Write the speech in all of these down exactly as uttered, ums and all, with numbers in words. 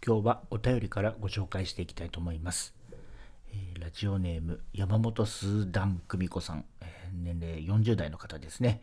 今日はお便りからご紹介していきたいと思います。えーラジオネーム山本スーダン久美子さん、えー年齢よんじゅう代の方ですね。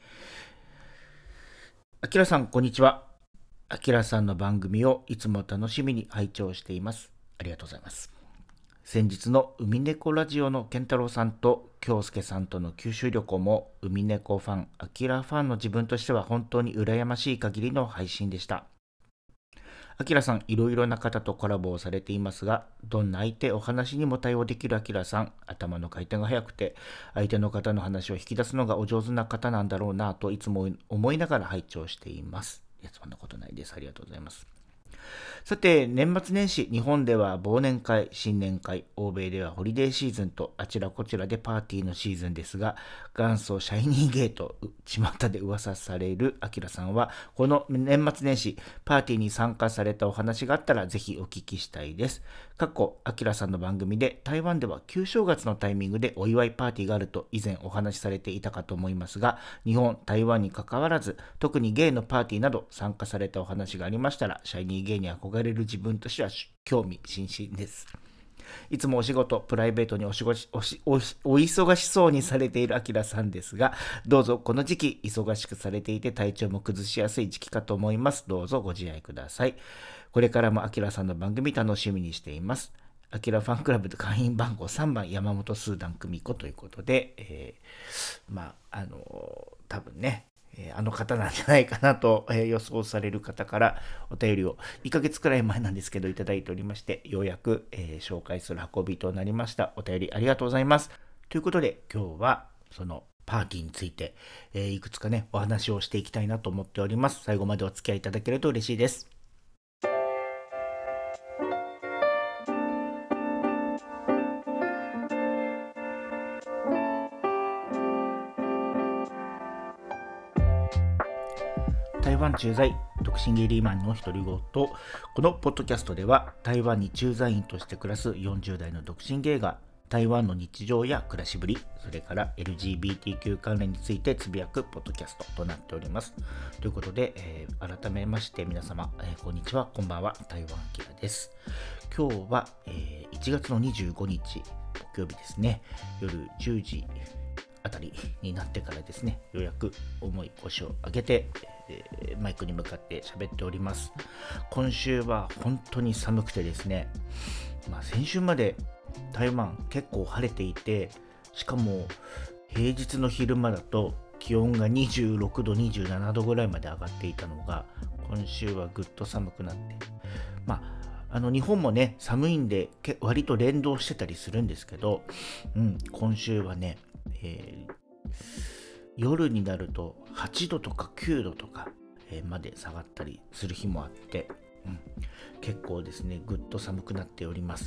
あきらさん、こんにちは。あきらさんの番組をいつも楽しみに拝聴しています。ありがとうございます。先日の海猫ラジオの健太郎さんと京介さんとの九州旅行も海猫ファン、あきらファンの自分としては本当に羨ましい限りの配信でした。あきらさん、いろいろな方とコラボをされていますが、どんな相手、お話にも対応できるあきらさん、頭の回転が速くて、相手の方の話を引き出すのがお上手な方なんだろうなといつも思いながら拝聴しています。いや、そんなことないです。ありがとうございます。さて、年末年始、日本では忘年会、新年会、欧米ではホリデーシーズンとあちらこちらでパーティーのシーズンですが、元祖シャイニーゲート、巷で噂されるアキラさんは、この年末年始、パーティーに参加されたお話があったらぜひお聞きしたいです。過去、アキラさんの番組で台湾では旧正月のタイミングでお祝いパーティーがあると以前お話しされていたかと思いますが、日本、台湾に関わらず、特にゲイのパーティーなど参加されたお話がありましたら、シャイニーゲイに憧れる自分としては興味津々です。いつもお仕事、プライベートにおしごしおしおしお忙しそうにされているアキラさんですが、どうぞこの時期忙しくされていて体調も崩しやすい時期かと思います。どうぞご自愛ください。これからもアキラさんの番組楽しみにしています。アキラファンクラブ会員番号さんばん山本スーダン久美子ということで、えー、まああのー多分ね、えーあの方なんじゃないかなと、えー予想される方からお便りをいっかげつくらい前なんですけどいただいておりまして、ようやく、えー紹介する運びとなりました。お便りありがとうございます。ということで今日はそのパーティーについて、えーいくつかねお話をしていきたいなと思っております。最後までお付き合いいただけると嬉しいです。台湾駐在独身ゲイリーマンの独り言。このポッドキャストでは台湾に駐在員として暮らすよんじゅう代の独身ゲイが台湾の日常や暮らしぶり、それから エルジービーティーキュー 関連についてつぶやくポッドキャストとなっております。ということで、えー改めまして皆様、えーこんにちは、こんばんは、台湾キラです。今日は、えーいちがつのにじゅうごにち木曜日ですね、夜じゅうじあたりになってからですね、ようやく重い腰を上げて、えーマイクに向かって喋っております。今週は本当に寒くてですね、まあ、先週まで台湾結構晴れていて、しかも平日の昼間だと気温がにじゅうろくど、にじゅうななどぐらいまで上がっていたのが、今週はぐっと寒くなって、まあ、あの日本もね寒いんでけ割と連動してたりするんですけど、うん、今週はね、えー夜になるとはちどとかきゅうどとか、えーまで下がったりする日もあって、うん、結構ですねぐっと寒くなっております。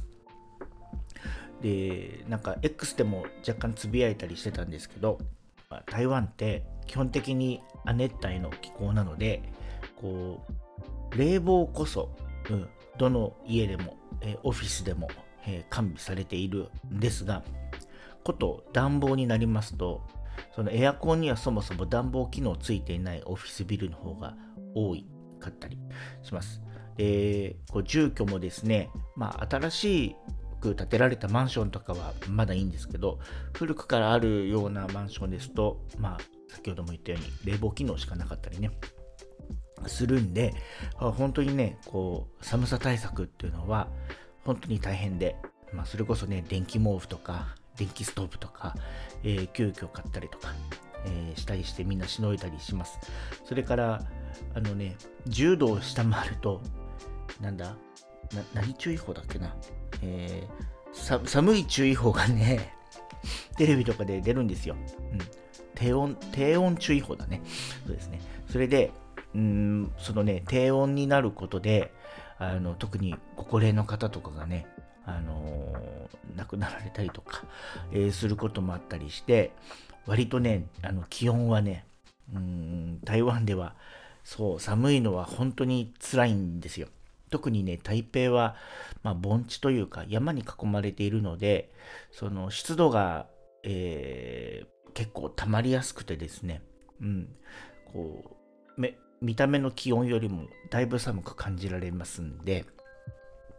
で、なんか X でも若干つぶやいたりしてたんですけど、まあ台湾って基本的に亜熱帯の気候なので、こう冷房こそ、うん、どの家でも、えーオフィスでも、えー完備されているんですが、こと暖房になりますと、そのエアコンにはそもそも暖房機能ついていないオフィスビルの方が多いかったりします。で、こう住居もですね、まあ新しく建てられたマンションとかはまだいいんですけど、古くからあるようなマンションですと、まあ先ほども言ったように冷房機能しかなかったりね、するんで、あ本当にね、こう寒さ対策っていうのは本当に大変で、まあ、それこそね、電気毛布とか電気ストーブとか、えー急遽買ったりとか、えーしたりしてみんなしのいだりします。それからあのね、じゅうどを下回ると、なんだな何注意報だっけな、えーさ寒い注意報がねテレビとかで出るんですよ。うん、低温低温注意報だね。そうですね。それで、うーんそのね、低温になることで、あの特にご高齢の方とかがね、あのー亡くなられたりとか、えーすることもあったりして、割とね、あの気温はね、うーん台湾ではそう寒いのは本当に辛いんですよ。特にね、台北は、まあ、盆地というか山に囲まれているので、その湿度が、えー結構溜まりやすくてですね、うん、こうめ見た目の気温よりもだいぶ寒く感じられますんで、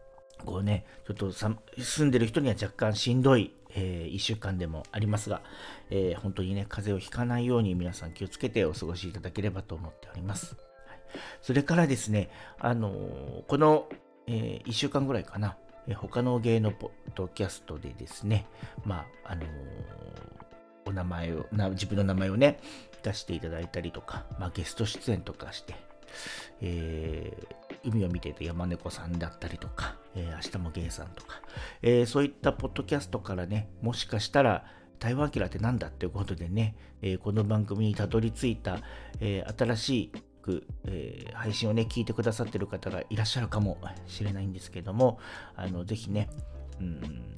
こうね、ちょっとさ住んでる人には若干しんどい、えー、いっしゅうかんでもありますが、えー本当にね、風邪をひかないように皆さん気をつけてお過ごしいただければと思っております。はい、それからですね、あのーこの、えーいっしゅうかんぐらいかな、えー他の芸のポッドキャストでですね、まあ、あのーお名前をな、自分の名前をね、出していただいたりとか、まあ、ゲスト出演とかして、えー海を見ていた山猫さんだったりとか、えー明日もゲイさんとか、えーそういったポッドキャストからね、もしかしたら台湾キラーってなんだっていうことでね、えーこの番組にたどり着いた、えー新しく、えー配信をね、聞いてくださってる方がいらっしゃるかもしれないんですけども、あのぜひね、うん、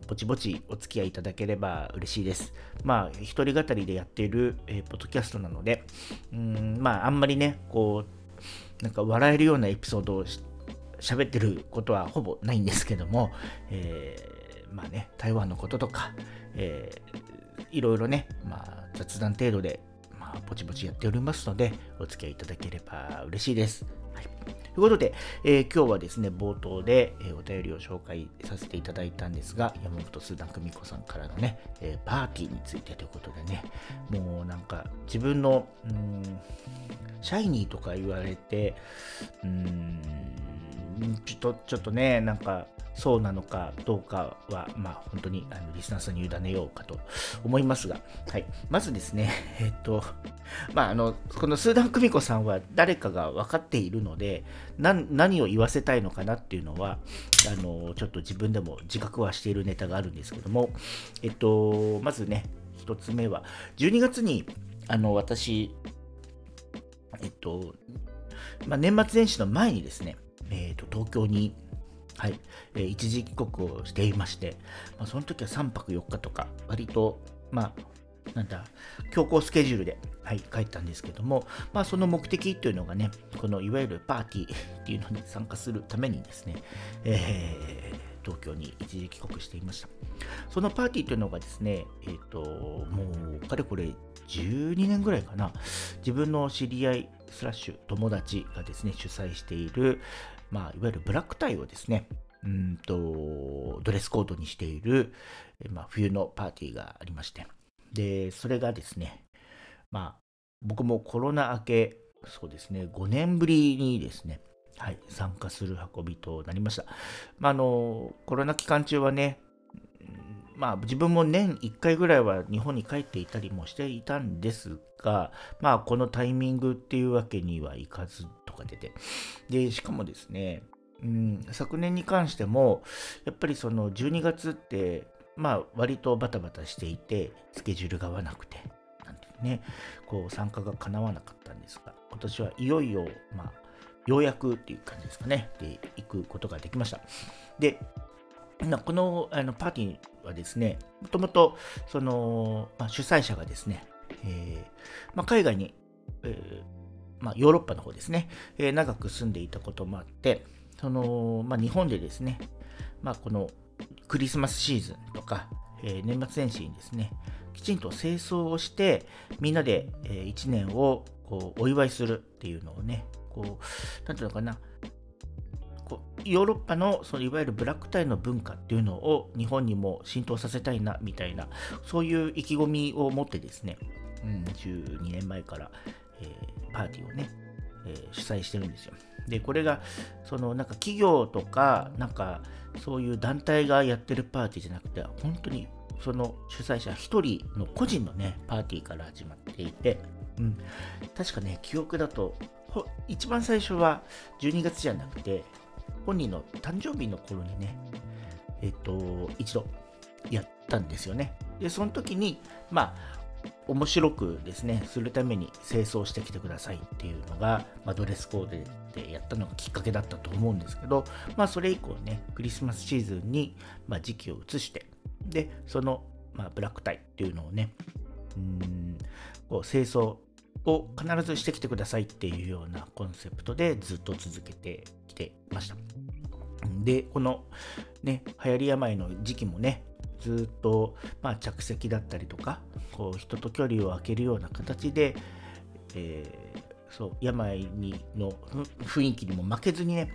ぼちぼちお付き合いいただければ嬉しいです。まあ、一人語りでやっている、えーポッドキャストなので、うん、まあ、あんまりね、こう、なんか笑えるようなエピソードをし喋ってることはほぼないんですけども、えーまあね、台湾のこととか、えーいろいろね、まあ、雑談程度で、まあ、ぼちぼちやっておりますので、お付き合いいただければ嬉しいです。はい、ということで、えー今日はですね、冒頭で、えーお便りを紹介させていただいたんですが、山本スーダン久美子さんからのね、えーパーティーについてということでね、もうなんか自分の、うーん、シャイニーとか言われて、うーん、ちょっと、ちょっとね、なんか、そうなのかどうかは、まあ、本当にあのリスナーさんに委ねようかと思いますが、はい。まずですね、えっと、まあ、あの、このスーダン久美子さんは誰かが分かっているので、何何を言わせたいのかなっていうのは、あの、ちょっと自分でも自覚はしているネタがあるんですけども、えっと、まずね、一つ目は、じゅうにがつに、あの、私、えっと、まあ、年末年始の前にですね、えっと、東京に、はい、えー一時帰国をしていまして、まあ、その時はさんぱくよっかとか、割と、まあ、なんだ、強行スケジュールで、はい、帰ったんですけども、まあ、その目的っていうのがね、このいわゆるパーティーっていうのに参加するためにですね、えー東京に一時帰国していました。そのパーティーというのがですね、えっ、と、もう、かれこれじゅうにねんぐらいかな、自分の知り合いスラッシュ友達がですね、主催している、まあ、いわゆるブラックタイをですね、うんと、ドレスコードにしている、えまあ、冬のパーティーがありまして、で、それがですね、まあ、僕もコロナ明け、そうですね、ごねんぶりにですね、はい、参加する運びとなりました。まあ、あの、コロナ期間中はね、うんまあ、自分も年いっかいぐらいは日本に帰っていたりもしていたんですが、まあ、このタイミングっていうわけにはいかずとか出て、で、しかもですね、うん、昨年に関しても、やっぱりそのじゅうにがつって、まあ、割とバタバタしていて、スケジュールが合わなくて、なんていうね、こう参加が叶わなかったんですが、今年はいよいよ、まあ、ようやくっていう感じですかね、で、行くことができました。で、なこのあのパーティーはですね、もともとその、まあ、主催者がですね、えーまあ、海外に、えーまあ、ヨーロッパの方ですね、えー長く住んでいたこともあって、そのまあ、日本でですね、まあ、このクリスマスシーズンとか、えー年末年始にですね、きちんと清掃をして、みんなで、えいちねんをこうお祝いするっていうのをね、こう、なんていうのかな、こうヨーロッパのそのいわゆるブラックタイの文化っていうのを日本にも浸透させたいなみたいな、そういう意気込みを持ってですね、うん、じゅうにねんまえから、えーパーティーをね、えー主催してるんですよ。で、これがそのなんか企業とかなんかそういう団体がやってるパーティーじゃなくて、本当にその主催者一人の個人のねパーティーから始まっていて、うん、確かね記憶だとほ一番最初はじゅうにがつじゃなくて本人の誕生日の頃にね、えっと、一度やったんですよね。で、その時に、まあ、面白くですね、するために清掃してきてくださいっていうのが、まあ、ドレスコードでやったのがきっかけだったと思うんですけど、まあ、それ以降ね、クリスマスシーズンに、まあ、時期を移して、で、その、まあ、ブラックタイっていうのをね、うーん、こう清掃を必ずしてきてくださいっていうようなコンセプトでずっと続けてきてました。で、このね、流行り病の時期もね、ずっと、まあ、着席だったりとか、こう人と距離を空けるような形で、えーそう病にのふ雰囲気にも負けずにね、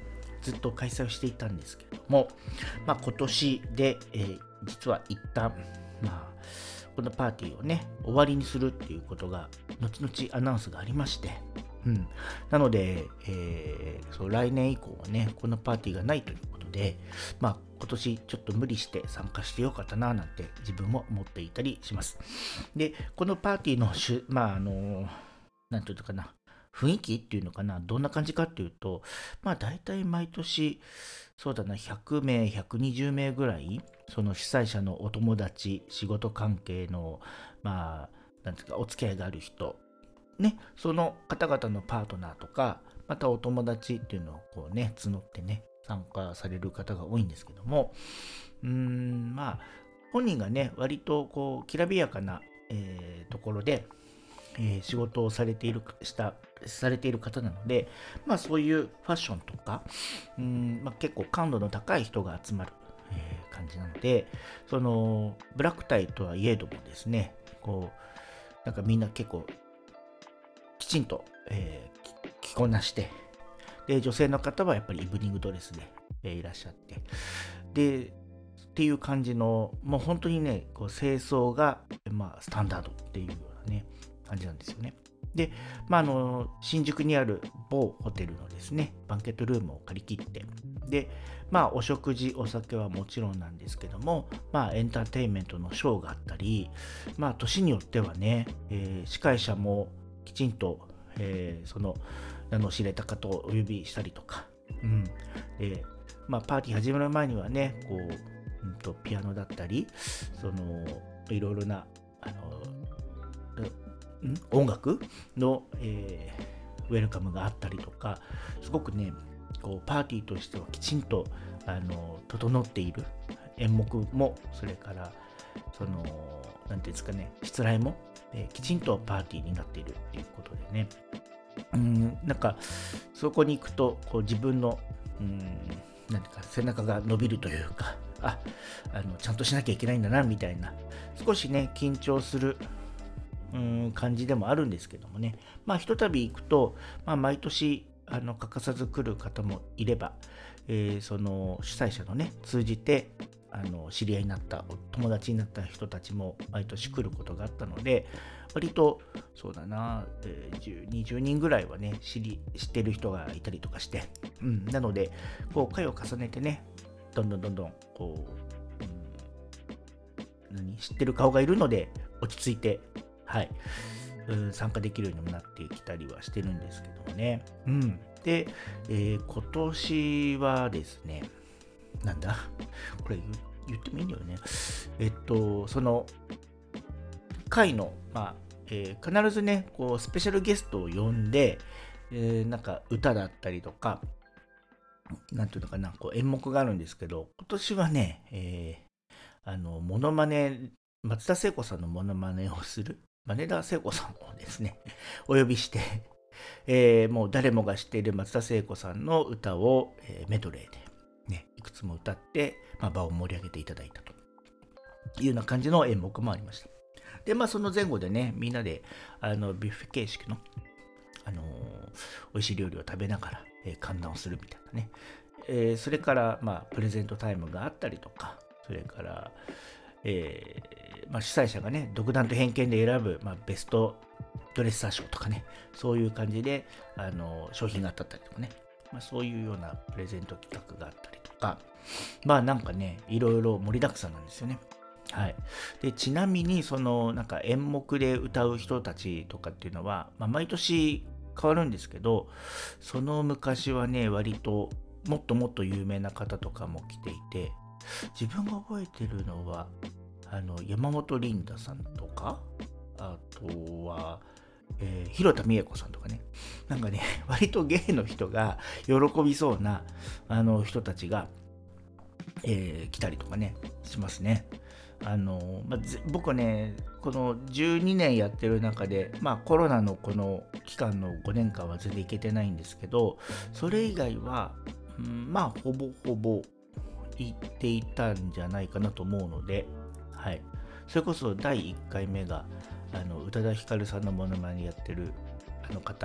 ずっと開催をしていたんですけれども、まあ、今年で、えー実は一旦、まあ、このパーティーをね終わりにするっていうことが後々アナウンスがありまして、うん、なので、えーそう来年以降はねこのパーティーがないということで、まあ、今年ちょっと無理して参加してよかったななんて自分も思っていたりします。でこのパーティーのしゅまああのなんていうのかな雰囲気っていうのかな、どんな感じかっていうと、まあ大体毎年そうだなひゃくめいひゃくにじゅうめいぐらい、その主催者のお友達、仕事関係のまあなんていうかお付き合いがある人ね、その方々のパートナーとか、またお友達っていうのをこうね募ってね参加される方が多いんですけども、うーんまあ本人がね割とこうきらびやかな、えーところで、えー仕事をされているしたされている方なので、まあそういうファッションとか、うーんまあ、結構感度の高い人が集まる、えー感じなので、そのブラックタイとはいえどもですね、こうなんかみんな結構きちんと、えー着こなして、で女性の方はやっぱりイブニングドレスで、えーいらっしゃって、でっていう感じの、もう本当にねこう清掃が、まあ、スタンダードっていうようなね感じなんですよね。で、まあ、あの新宿にある某ホテルのですねバンケットルームを借り切って、でまあお食事お酒はもちろんなんですけども、まあエンターテインメントのショーがあったり、まあ年によってはね、えー司会者もきちんと、えーその名の知れた方をお呼びしたりとか、うん、でまあパーティー始まる前にはねこう、うんとピアノだったり、そのいろいろなあのん音楽の、えーウェルカムがあったりとか、すごくねこうパーティーとしてはきちんとあの整っている演目も、それからそのなんていうんですかねしつらいも、えーきちんとパーティーになっているっていうことでね、うんなんかそこに行くとこう自分のうんなんていうか背中が伸びるというか、ああのちゃんとしなきゃいけないんだなみたいな、少しね緊張するうん感じでもあるんですけどもね、まあひとたび行くと、まあ、毎年あの欠かさず来る方もいれば、えーその主催者のね通じてあの知り合いになったお友達になった人たちも毎年来ることがあったので、割とそうだな、えーじゅう、にじゅうにんぐらいはね知り知ってる人がいたりとかして、うん、なのでこう回を重ねてねどんどんどんどんこう、うん、何知ってる顔がいるので落ち着いて、はい、うん参加できるようにもなってきたりはしてるんですけどもね。うん、で、えー今年はですね、なんだ、これ言言ってもいいんだよね。えっと、その回の、まあえー必ずね、こうスペシャルゲストを呼んで、えーなんか歌だったりとか、なんていうのかな、こう演目があるんですけど、今年はね、えーあの、モノマネ、松田聖子さんのモノマネをする、マ田聖子さんをですね、お呼びして、えーもう誰もが知っている松田聖子さんの歌を、えーメドレーで、ね、いくつも歌って、まあ、場を盛り上げていただいたというような感じの演目もありました。で、まあ、その前後でね、みんなであのビュッフェ形式の、あのー美味しい料理を食べながら、えー観覧をするみたいなね。えーそれから、まあ、プレゼントタイムがあったりとか、それから、えーまあ、主催者がね、独断と偏見で選ぶ、まあ、ベストドレッサー賞とかね、そういう感じで、あの商品が当たったりとかね、まあ、そういうようなプレゼント企画があったりとか、まあなんかね、いろいろ盛りだくさんなんですよね。はい、でちなみにそのなんか演目で歌う人たちとかっていうのは、まあ、毎年変わるんですけど、その昔はね割ともっともっと有名な方とかも来ていて、自分が覚えてるのはあの山本リンダさんとか、あとは、えー広田美恵子さんとかね、なんかね割とゲイの人が喜びそうなあの人たちが、えー来たりとかねしますね。あのまあ、ぜ僕はねこのじゅうにねんやってる中で、まあ、コロナのこの期間のごねんかんは全然行けてないんですけど、それ以外は、うん、まあほぼほぼ行っていたんじゃないかなと思うので、はい、それこそだいいっかいめがあの宇多田ヒカルさんのモノマネやってるあの方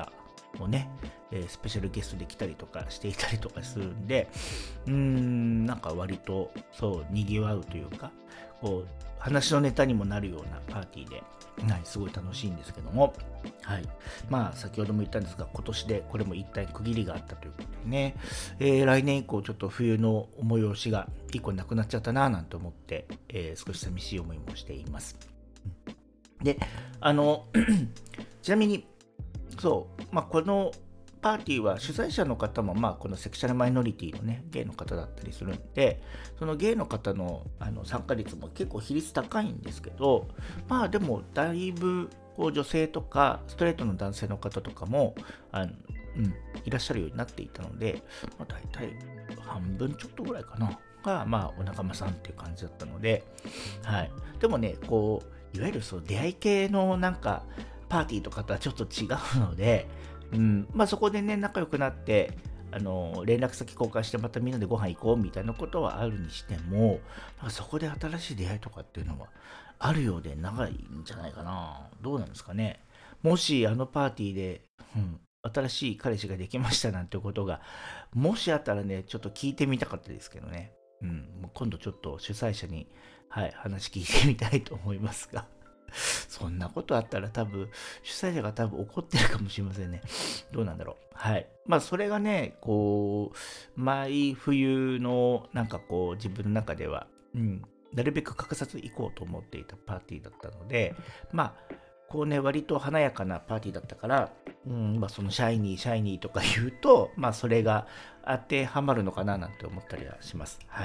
もね、えースペシャルゲストで来たりとかしていたりとかするんで、うーん、なんか割とそう、賑わうというか、こう、話のネタにもなるようなパーティーで、はい、すごい楽しいんですけども、はい。まあ、先ほども言ったんですが、今年でこれも一体区切りがあったということでね、えー来年以降、ちょっと冬の催しが一個なくなっちゃったなぁなんて思って、えー少し寂しい思いもしています。で、あの、ちなみに、そう、まあ、このパーティーは主催者の方も、まあ、このセクシャルマイノリティのね、ゲイの方だったりするんで、そのゲイの方の、あの参加率も結構比率高いんですけど、まあでも、だいぶこう女性とか、ストレートの男性の方とかも、あのうん、いらっしゃるようになっていたので、まあ、大体半分ちょっとぐらいかな、が、まあ、お仲間さんっていう感じだったので、はい。でもね、こう、いわゆるそう出会い系のなんか、パーティーとかとはちょっと違うので、うん、まあそこでね、仲良くなって、あの、連絡先交換してまたみんなでご飯行こうみたいなことはあるにしても、なんかそこで新しい出会いとかっていうのはあるようで長いんじゃないかな。どうなんですかね。もしあのパーティーで、うん、新しい彼氏ができましたなんてことが、もしあったらね、ちょっと聞いてみたかったですけどね。うん、もう今度ちょっと主催者に、はい、話聞いてみたいと思いますが。そんなことあったら多分、主催者が多分怒ってるかもしれませんね。どうなんだろう。はい。まあ、それがね、こう、毎冬の、なんかこう、自分の中では、うん、なるべく欠かさず行こうと思っていたパーティーだったので、まあ、こうね、割と華やかなパーティーだったから、うん、まあ、そのシャイニー、シャイニーとか言うと、まあ、それが当てはまるのかななんて思ったりはします。はい。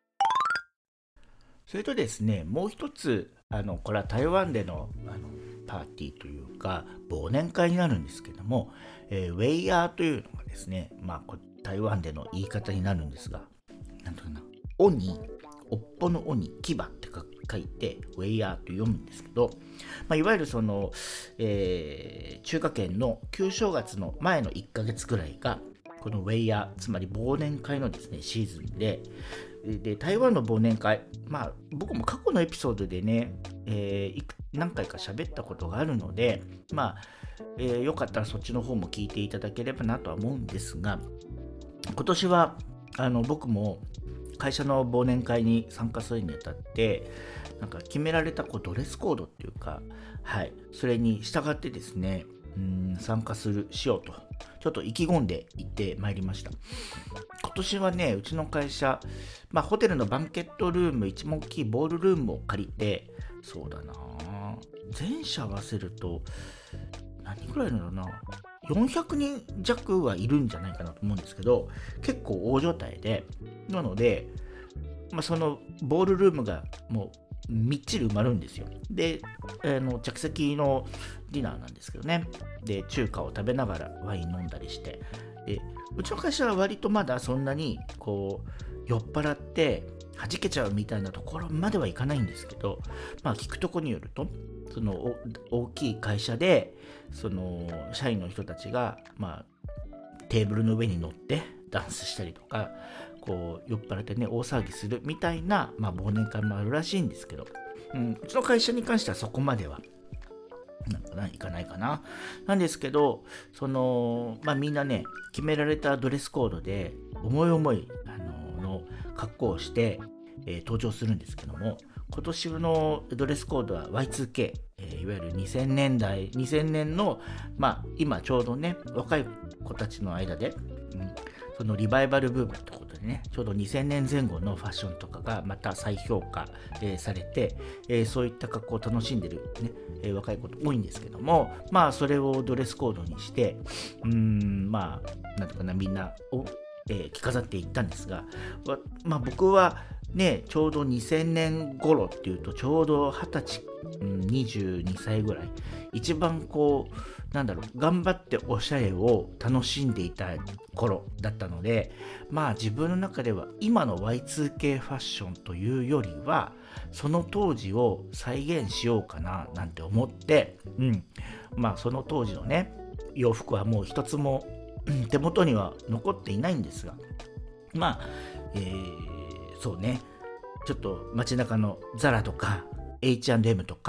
それとですね、もう一つ、あの、これは台湾での、あのパーティーというか、忘年会になるんですけども、えーウェイヤーというのがですね、まあ、こ台湾での言い方になるんですが、なんとかな、おに、おっぽのおに、牙ってか書いて、ウェイヤーと読むんですけど、まあ、いわゆるその、えー中華圏の旧正月の前のいっかげつくらいが、このウェイヤー、つまり忘年会のですね、シーズンで、で、台湾の忘年会、まあ、僕も過去のエピソードでね、えーいく何回か喋ったことがあるので、まあ、えーよかったらそっちの方も聞いていただければなとは思うんですが、今年はあの僕も会社の忘年会に参加するにあたって、なんか決められたこうドレスコードっていうか、はい、それに従ってですね、うーん参加するしようと、ちょっと意気込んで行ってまいりました。今年はね、うちの会社、まあ、ホテルのバンケットルーム、一番大きいボールルームを借りて、そうだな、全社合わせると、何人くらいなのな、よんひゃくにん弱はいるんじゃないかなと思うんですけど、結構大所帯で、なので、まあ、そのボールルームがもうみっちり埋まるんですよ。で、あの着席のディナーなんですけどね。で、中華を食べながらワイン飲んだりして、で、うちの会社は割とまだそんなにこう酔っ払って弾けちゃうみたいなところまではいかないんですけど、まあ聞くとこによると、そのお大きい会社でその社員の人たちがまあテーブルの上に乗ってダンスしたりとか、こう酔っ払ってね大騒ぎするみたいな、まあ、忘年会もあるらしいんですけど、うん、うちの会社に関してはそこまではなんかないかないかな。なんですけど、その、まあみんなね、決められたドレスコードで、思い思い、あの、の格好をして、えー登場するんですけども、今年のドレスコードは ワイツーケー、えーいわゆるにせんねんだい、にせんねんの、まあ今ちょうどね、若い子たちの間で、うんそのリバイバルブームってことでね、ちょうどにせんねんぜん後のファッションとかがまた再評価、えーされて、えーそういった格好を楽しんでる、ねえー若い子多いんですけども、まあそれをドレスコードにして、うーん、まあ、なんとかな、みんなを、えー着飾っていったんですが、わまあ僕はね、ちょうどにせんねん頃っていうと、ちょうどはたち、うん、にじゅうにさいぐらい、一番こう、なんだろう、頑張っておしゃれを楽しんでいた頃だったので、まあ自分の中では今の ワイツーケー ファッションというよりは、その当時を再現しようかななんて思って、うん、まあその当時のね、洋服はもう一つもうん手元には残っていないんですが、まあ、えーそうね、ちょっと街中のザラとか エイチアンドエム とか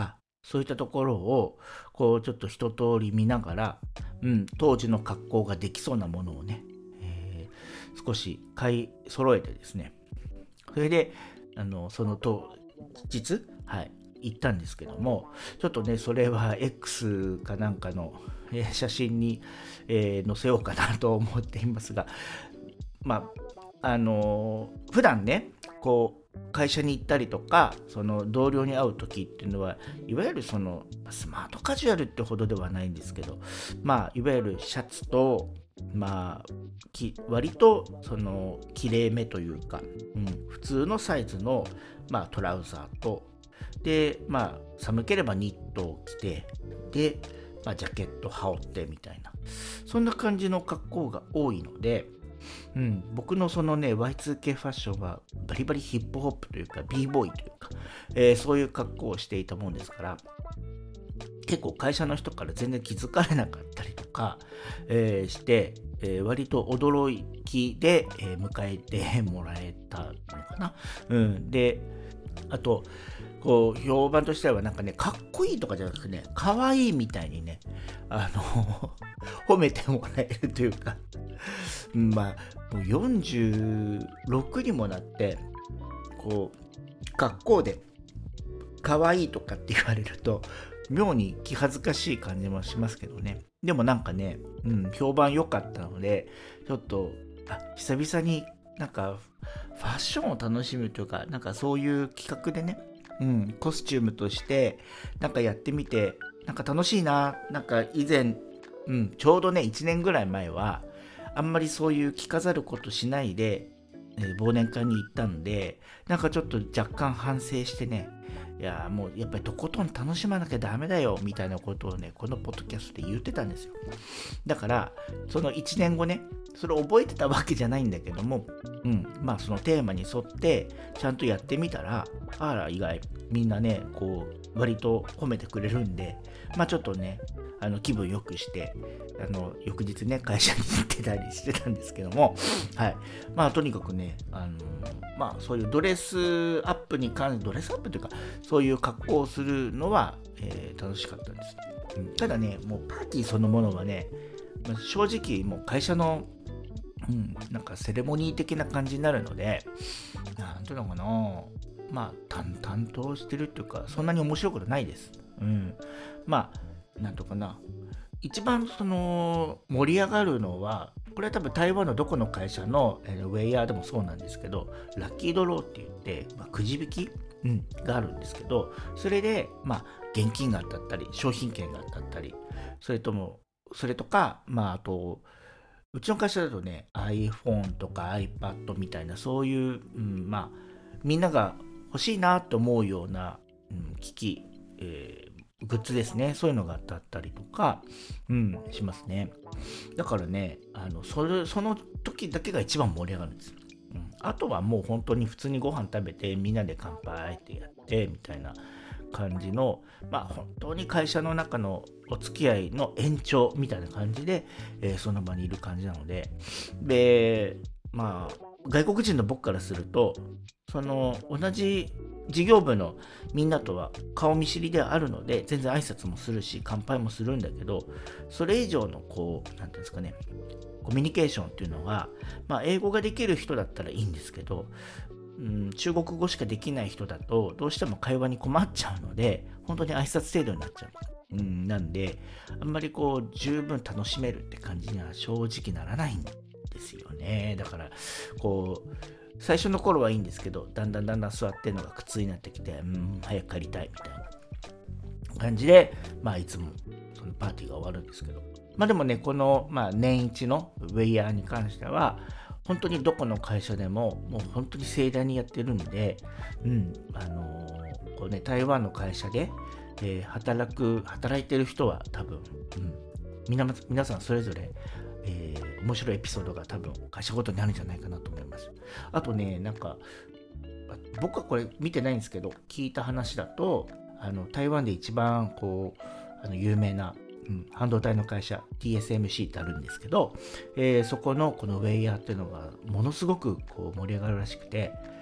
そういったところをこうちょっと一通り見ながら、うん、当時の格好ができそうなものをね、えー少し買い揃えてですね、それであのその当日、はい、行ったんですけども、ちょっとねそれは X かなんかの、えー写真に、えー載せようかなと思っていますが、まああのー普段ねこう会社に行ったりとか、その同僚に会う時っていうのは、いわゆるそのスマートカジュアルってほどではないんですけど、まあいわゆるシャツと、まあき割とそのきれいめというか、うん、普通のサイズの、まあ、トラウザーと、でまあ寒ければニットを着て、で、まあ、ジャケット羽織ってみたいな、そんな感じの格好が多いので、うん、僕のそのね ワイツーケー ファッションはバリバリヒップホップというか b ボーイというか、えーそういう格好をしていたもんですから、結構会社の人から全然気づかれなかったりとか、えーして、えー割と驚きで、えー迎えてもらえたのかな。うん、で、あとこう評判としてはなんかね、かっこいいとかじゃなくてね、かわいいみたいにね、あの褒めてもらえるというか、まあもうよんじゅうろくにもなって、こう学校で可愛いとかって言われると妙に気恥ずかしい感じもしますけどね。でもなんかね、うん、評判良かったので、ちょっとあ久々になんかファッションを楽しむというか、なんかそういう企画でね、うん、コスチュームとしてなんかやってみて、なんか楽しいな。なんか以前、うん、ちょうどねいちねんぐらい前はあんまりそういう着飾ることしないで、えー忘年会に行ったんで、なんかちょっと若干反省してね、いやーもうやっぱりとことん楽しまなきゃダメだよみたいなことをね、このポッドキャストで言ってたんですよ。だからそのいちねんごね、それを覚えてたわけじゃないんだけども、うん、まあそのテーマに沿ってちゃんとやってみたら、あら意外みんなねこう割と褒めてくれるんで、まあちょっとねあの気分良くして、あの翌日ね会社に行ってたりしてたんですけども、はい、まあとにかくね、あのまあそういうドレスアップに関してドレスアップというかそういう格好をするのは、えー楽しかったです、うん、ただねもうパーティーそのものはね、まあ正直もう会社の、うん、なんかセレモニー的な感じになるので、なんていうのかな、まあ淡々としてるっていうか、そんなに面白いことないです、うん、まあなんとかな、一番その盛り上がるのは、これは多分台湾のどこの会社の、えーウェイヤーでもそうなんですけど、ラッキードローって言って、まあ、くじ引き、うん、があるんですけど、それで、まあ、現金が当たったり商品券が当たったり、それともそれとか、まあ、あとうちの会社だとね iPhone とか iPad みたいな、そういう、うん、まあみんなが欲しいなと思うような、うん、機器、えーグッズですね、そういうのが当たったりとか、うん、しますね。だからね、あのそれその時だけが一番盛り上がるんです。うん、あとはもう本当に普通にご飯食べてみんなで乾杯ってやってみたいな感じの、まあ本当に会社の中のお付き合いの延長みたいな感じで、えーその場にいる感じなので、でまあ外国人の僕からすると、その同じ事業部のみんなとは顔見知りではあるので、全然挨拶もするし乾杯もするんだけど、それ以上のこう何ていうんですかね、コミュニケーションっていうのが、まあ、英語ができる人だったらいいんですけど、うん、中国語しかできない人だとどうしても会話に困っちゃうので、本当に挨拶程度になっちゃう、うん、なんであんまりこう十分楽しめるって感じには正直ならないんですよね。だからこう最初の頃はいいんですけど、だんだんだんだん座ってるのが苦痛になってきて、うん、早く帰りたいみたいな感じで、まあいつもそのパーティーが終わるんですけど、まあでもね、この、まあ、年一のウェイヤーに関しては、本当にどこの会社でも、もう本当に盛大にやってるんで、うん、あのーこうね、台湾の会社で、えー働く、働いてる人は多分、うん、みな皆さんそれぞれ、えー面白いエピソードが多分会社ごとにあるんじゃないかなと思います。あとね、なんか、僕はこれ見てないんですけど、聞いた話だと、あの台湾で一番こうあの有名な、うん、半導体の会社 ティーエスエムシー ってあるんですけど、えーそこのこのウェイヤーっていうのがものすごくこう盛り上がるらしくて、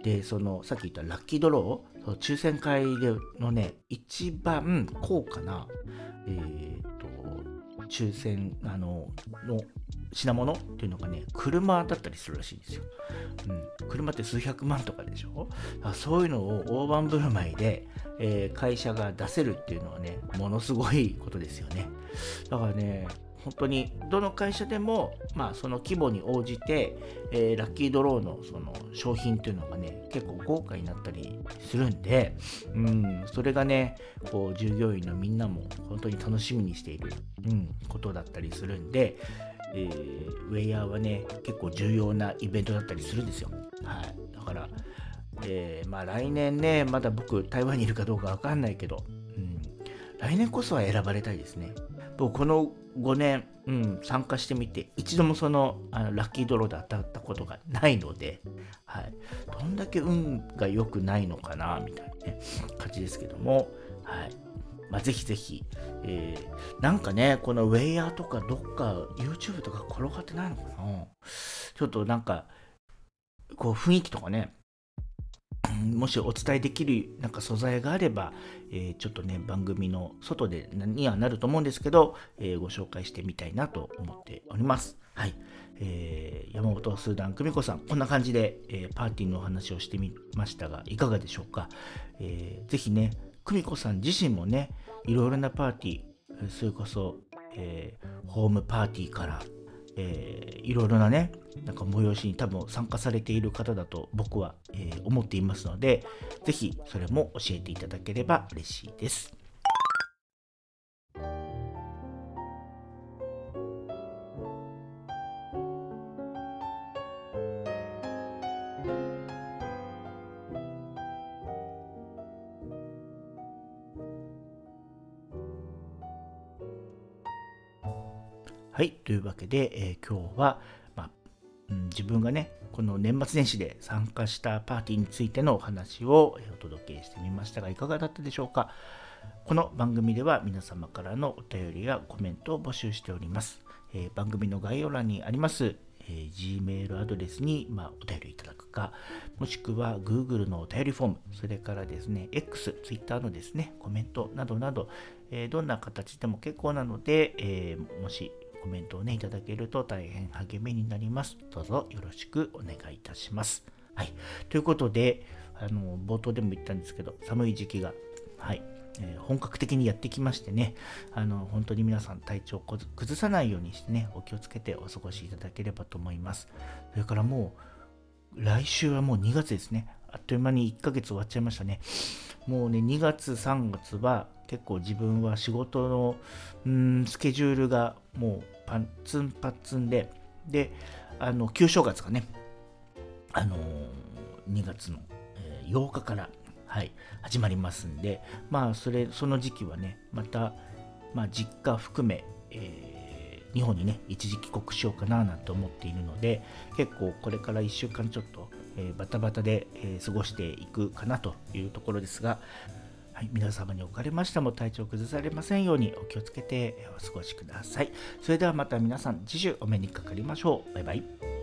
で、そのさっき言ったラッキードロー、その抽選会でのね、一番高価な、えー、と抽選あのの品物っていうのがね、車だったりするらしいんですよ。うん、車って数百万とかでしょ。あ、そういうのを大盤振る舞いで、えー会社が出せるっていうのはね、ものすごいことですよね。だからね、本当にどの会社でも、まあ、その規模に応じて、えーラッキードローのその商品っていうのがね、結構豪華になったりするんで、うん、それがね、こう従業員のみんなも本当に楽しみにしている、うん、ことだったりするんで、えーウェイヤーはね、結構重要なイベントだったりするんですよ。はい、だから、えーまあ来年ね、まだ僕台湾にいるかどうかわかんないけど、うん、来年こそは選ばれたいですね。僕このごねん、うん、参加してみて一度もそのあのラッキードローで当たったことがないので、はい、どんだけ運が良くないのかなみたいな、ね、感じですけども、はい、まあ、ぜひぜひ、えーなんかね、このウェイヤーとかどっか YouTube とか転がってないのかな。ちょっとなんかこう雰囲気とかね、もしお伝えできるなんか素材があれば、えーちょっとね、番組の外でにはなると思うんですけど、えーご紹介してみたいなと思っております。はい。えー山本スーダン久美子さん、こんな感じで、えーパーティーのお話をしてみましたが、いかがでしょうか。えーぜひね、久美子さん自身もね、いろいろなパーティー、えーそれこそ、えーホームパーティーから、えーいろいろなね、なんか催しに多分参加されている方だと僕は、えー思っていますので、ぜひそれも教えていただければ嬉しいです。はい、というわけで、えー今日は、まあうん、自分がね、この年末年始で参加したパーティーについてのお話をえーお届けしてみましたが、いかがだったでしょうか。この番組では皆様からのお便りやコメントを募集しております。えー番組の概要欄にあります、えー Gmail アドレスに、まあ、お便りいただくか、もしくは Google のお便りフォーム、それからですね、X、Twitter のですね、コメントなどなど、えーどんな形でも結構なので、えーもしコメントをね、いただけると大変励みになります。どうぞよろしくお願いいたします。はい。ということで、あの、冒頭でも言ったんですけど、寒い時期が、はい、えー本格的にやってきましてね、あの、本当に皆さん体調をこず崩さないようにしてね、お気をつけてお過ごしいただければと思います。それからもう、来週はもうにがつですね。あっという間にいっかげつ終わっちゃいましたね。もうね、にがつ、さんがつは結構自分は仕事のうーんスケジュールがもうパンツンパッツンで、で、あの、旧正月がね、あのーにがつの、えーようかから、はい、始まりますんで、まあ、それ、その時期はね、また、まあ、実家含め、えー日本にね、一時帰国しようかななんて思っているので、結構これからいっしゅうかんちょっと、えーバタバタで、えー過ごしていくかなというところですが、はい、皆様におかれましても体調を崩されませんようにお気をつけてお過ごしください。それではまた皆さん次週お目にかかりましょう。バイバイ。